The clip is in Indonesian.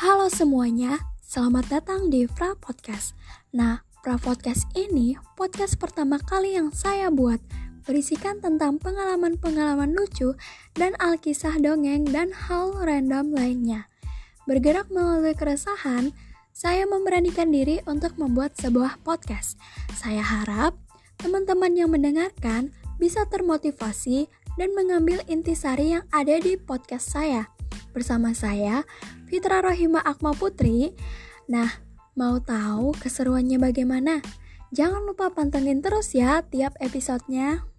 Halo semuanya, selamat datang di Fra Podcast. Nah, Fra Podcast ini podcast pertama kali yang saya buat, berisikan tentang pengalaman-pengalaman lucu dan alkisah dongeng dan hal random lainnya. Bergerak melalui keresahan, saya memberanikan diri untuk membuat sebuah podcast. Saya harap teman-teman yang mendengarkan bisa termotivasi dan mengambil intisari yang ada di podcast saya. Bersama saya, Fitra Rohima Akma Putri. Nah, mau tahu keseruannya bagaimana? Jangan lupa pantengin terus ya tiap episodenya.